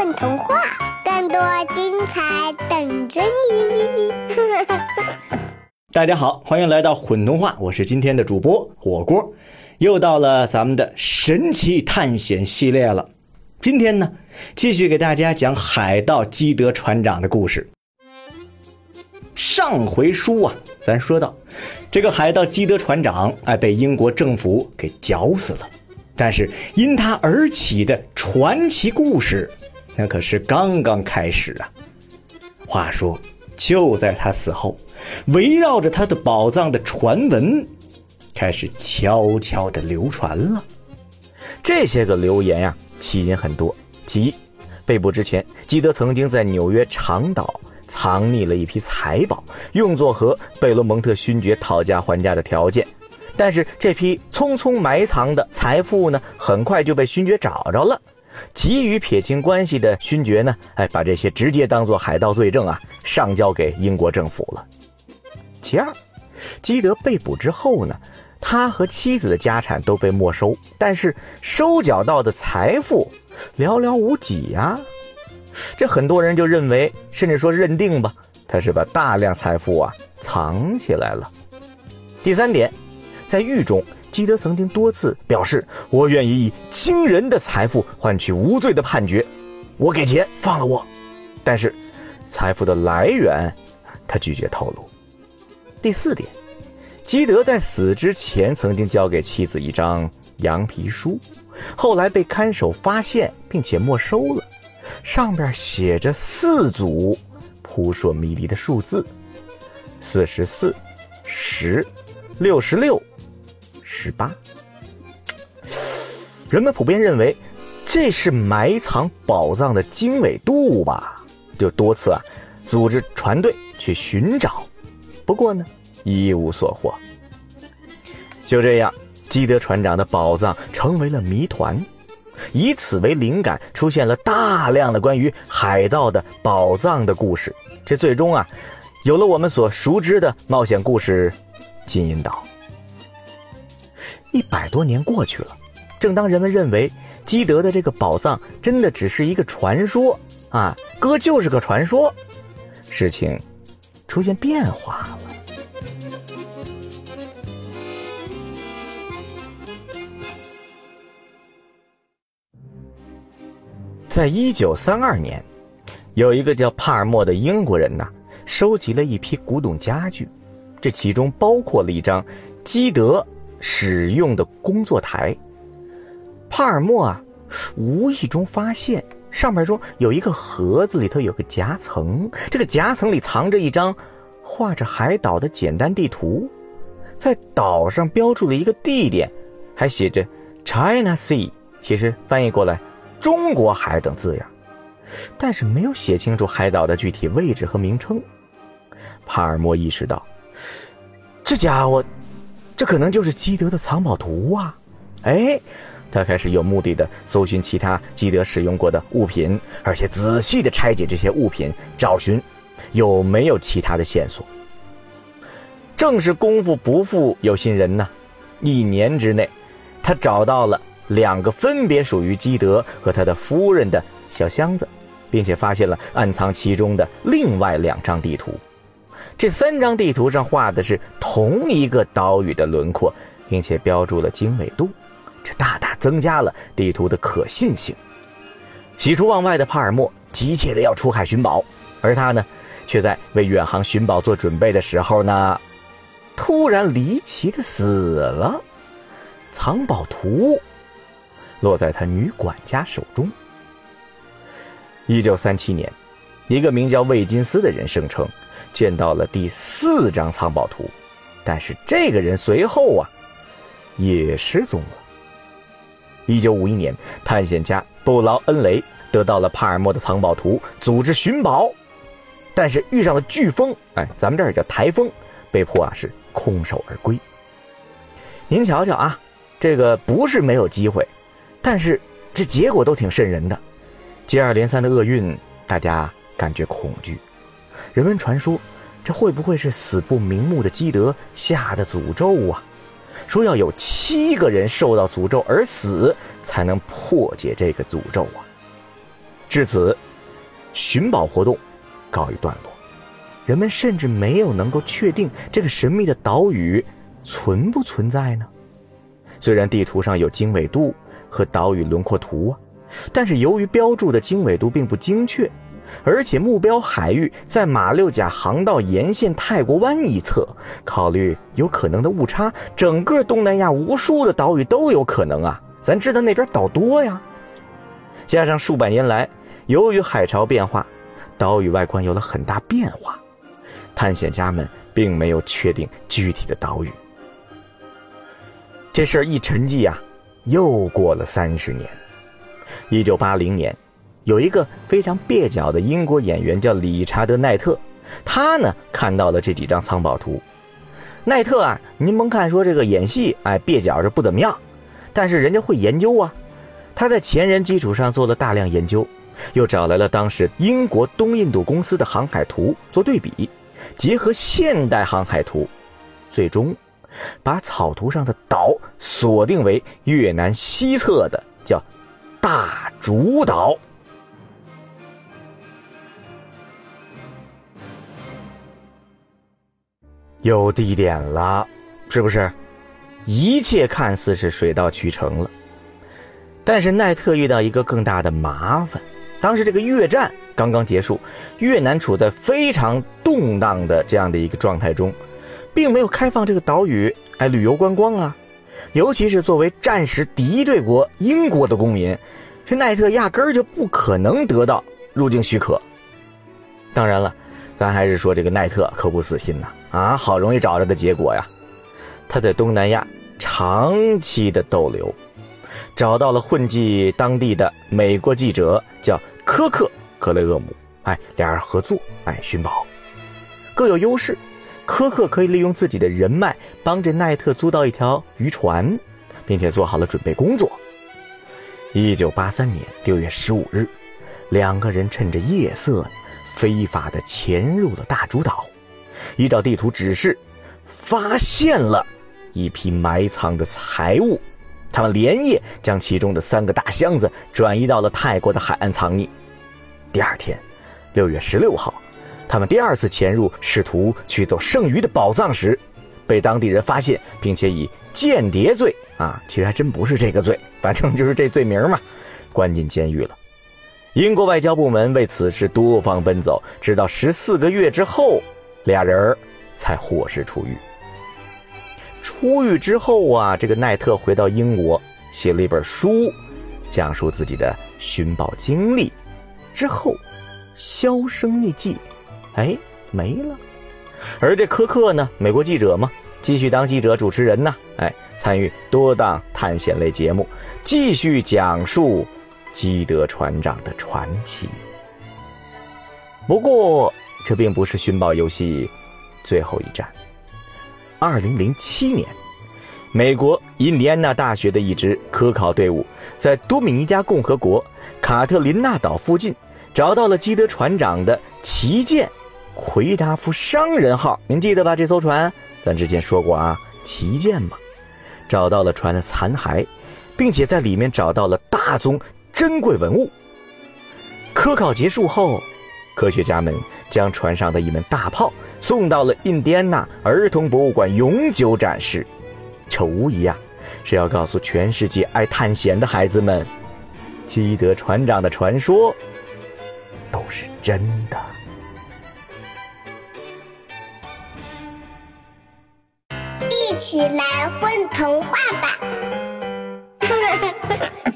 混童话，更多精彩等着你。 大家好，欢迎来到混童话，我是今天的主播火锅。又到了咱们的神奇探险系列了。今天呢，继续给大家讲海盗基德船长的故事。上回书啊，咱说到这个海盗基德船长被英国政府给绞死了，但是因他而起的传奇故事那可是刚刚开始啊。话说就在他死后，围绕着他的宝藏的传闻开始悄悄地流传了。这些个流言呀，起因很多。其一，被捕之前，基德曾经在纽约长岛藏匿了一批财宝，用作和贝罗蒙特勋爵讨价还价的条件。但是这批匆匆埋藏的财富呢，很快就被勋爵找着了。急于撇清关系的勋爵呢，把这些直接当作海盗罪证啊，上交给英国政府了。其二，基德被捕之后呢，他和妻子的家产都被没收，但是收缴到的财富寥寥无几啊。这很多人就认为，甚至说认定吧，他是把大量财富啊藏起来了。第三点，在狱中，基德曾经多次表示，我愿意以惊人的财富换取无罪的判决，我给钱放了我。但是财富的来源他拒绝透露。第四点，基德在死之前曾经交给妻子一张羊皮书，后来被看守发现并且没收了，上边写着4组扑朔迷离的数字：44、10、66、18。人们普遍认为这是埋藏宝藏的经纬度吧，就多次组织船队去寻找，不过呢一无所获。就这样，基德船长的宝藏成为了谜团，以此为灵感，出现了大量的关于海盗的宝藏的故事。这最终有了我们所熟知的冒险故事金银岛。100多年过去了，正当人们认为基德的这个宝藏真的只是一个传说哥就是个传说，事情出现变化了。在1932年，有一个叫帕尔默的英国人收集了一批古董家具，这其中包括了一张基德使用的工作台。帕尔默无意中发现上面中有一个盒子，里头有个夹层，这个夹层里藏着一张画着海岛的简单地图，在岛上标注了一个地点，还写着 China Sea， 其实翻译过来中国海等字样，但是没有写清楚海岛的具体位置和名称。帕尔默意识到，这家伙这可能就是基德的藏宝图啊。他开始有目的的搜寻其他基德使用过的物品，而且仔细的拆解这些物品，找寻有没有其他的线索。正是功夫不负有心人1年之内，他找到了2个分别属于基德和他的夫人的小箱子，并且发现了暗藏其中的另外2张地图。这3张地图上画的是同一个岛屿的轮廓，并且标注了经纬度，这大大增加了地图的可信性。喜出望外的帕尔默急切地要出海寻宝，而他呢，却在为远航寻宝做准备的时候呢，突然离奇地死了。藏宝图落在他女管家手中。1937年，一个名叫魏金斯的人声称见到了第4张藏宝图，但是这个人随后也失踪了。1951年，探险家布劳恩雷得到了帕尔默的藏宝图，组织寻宝，但是遇上了飓风，咱们这儿也叫台风，被迫是空手而归。您瞧瞧这个不是没有机会，但是这结果都挺瘆人的。接二连三的厄运，大家感觉恐惧。人们传说，这会不会是死不瞑目的基德下的诅咒说要有7个人受到诅咒而死，才能破解这个诅咒至此，寻宝活动告一段落。人们甚至没有能够确定这个神秘的岛屿存不存在呢？虽然地图上有经纬度和岛屿轮廓图但是由于标注的经纬度并不精确，而且目标海域在马六甲航道沿线泰国湾一侧，考虑有可能的误差，整个东南亚无数的岛屿都有可能咱知道那边岛多呀。加上数百年来由于海潮变化，岛屿外观有了很大变化，探险家们并没有确定具体的岛屿。这事儿一沉寂又过了30年。1980年，有一个非常蹩脚的英国演员叫理查德·奈特，他呢看到了这几张藏宝图。奈特您甭看说这个演戏蹩脚着不怎么样，但是人家会研究他在前人基础上做了大量研究，又找来了当时英国东印度公司的航海图做对比，结合现代航海图，最终把草图上的岛锁定为越南西侧的叫大竹岛。有地点了，是不是？一切看似是水到渠成了。但是奈特遇到一个更大的麻烦，当时这个越战刚刚结束，越南处在非常动荡的这样的一个状态中，并没有开放这个岛屿旅游观光尤其是作为战时敌对国英国的公民，这奈特压根儿就不可能得到入境许可。当然了，咱还是说这个奈特可不死心好容易找着的结果呀。他在东南亚长期的逗留，找到了混迹当地的美国记者叫科克·克雷厄姆，俩人合作寻宝，各有优势。科克可以利用自己的人脉帮着奈特租到一条渔船，并且做好了准备工作。1983年6月15日，两个人趁着夜色非法的潜入了大竹岛，依照地图指示发现了一批埋藏的财物，他们连夜将其中的3个大箱子转移到了泰国的海岸藏匿。第二天6月16号，他们第2次潜入试图取走剩余的宝藏时，被当地人发现，并且以间谍罪其实还真不是这个罪，反正就是这罪名嘛，关进监狱了。英国外交部门为此事多方奔走，直到14个月之后，俩人才获释出狱。出狱之后这个奈特回到英国，写了一本书，讲述自己的寻宝经历，之后销声匿迹，没了。而这科克呢，美国记者嘛，继续当记者主持人参与多档探险类节目，继续讲述基德船长的传奇。不过这并不是寻宝游戏最后一站。2007年，美国印第安纳大学的一支科考队伍在多米尼加共和国卡特琳娜岛附近找到了基德船长的旗舰奎达夫商人号，您记得吧？这艘船咱之前说过旗舰嘛。找到了船的残骸，并且在里面找到了大宗珍贵文物。科考结束后，科学家们将船上的一门大炮送到了印第安纳儿童博物馆永久展示，这无疑是要告诉全世界爱探险的孩子们，基德船长的传说都是真的。 一起来混童话吧！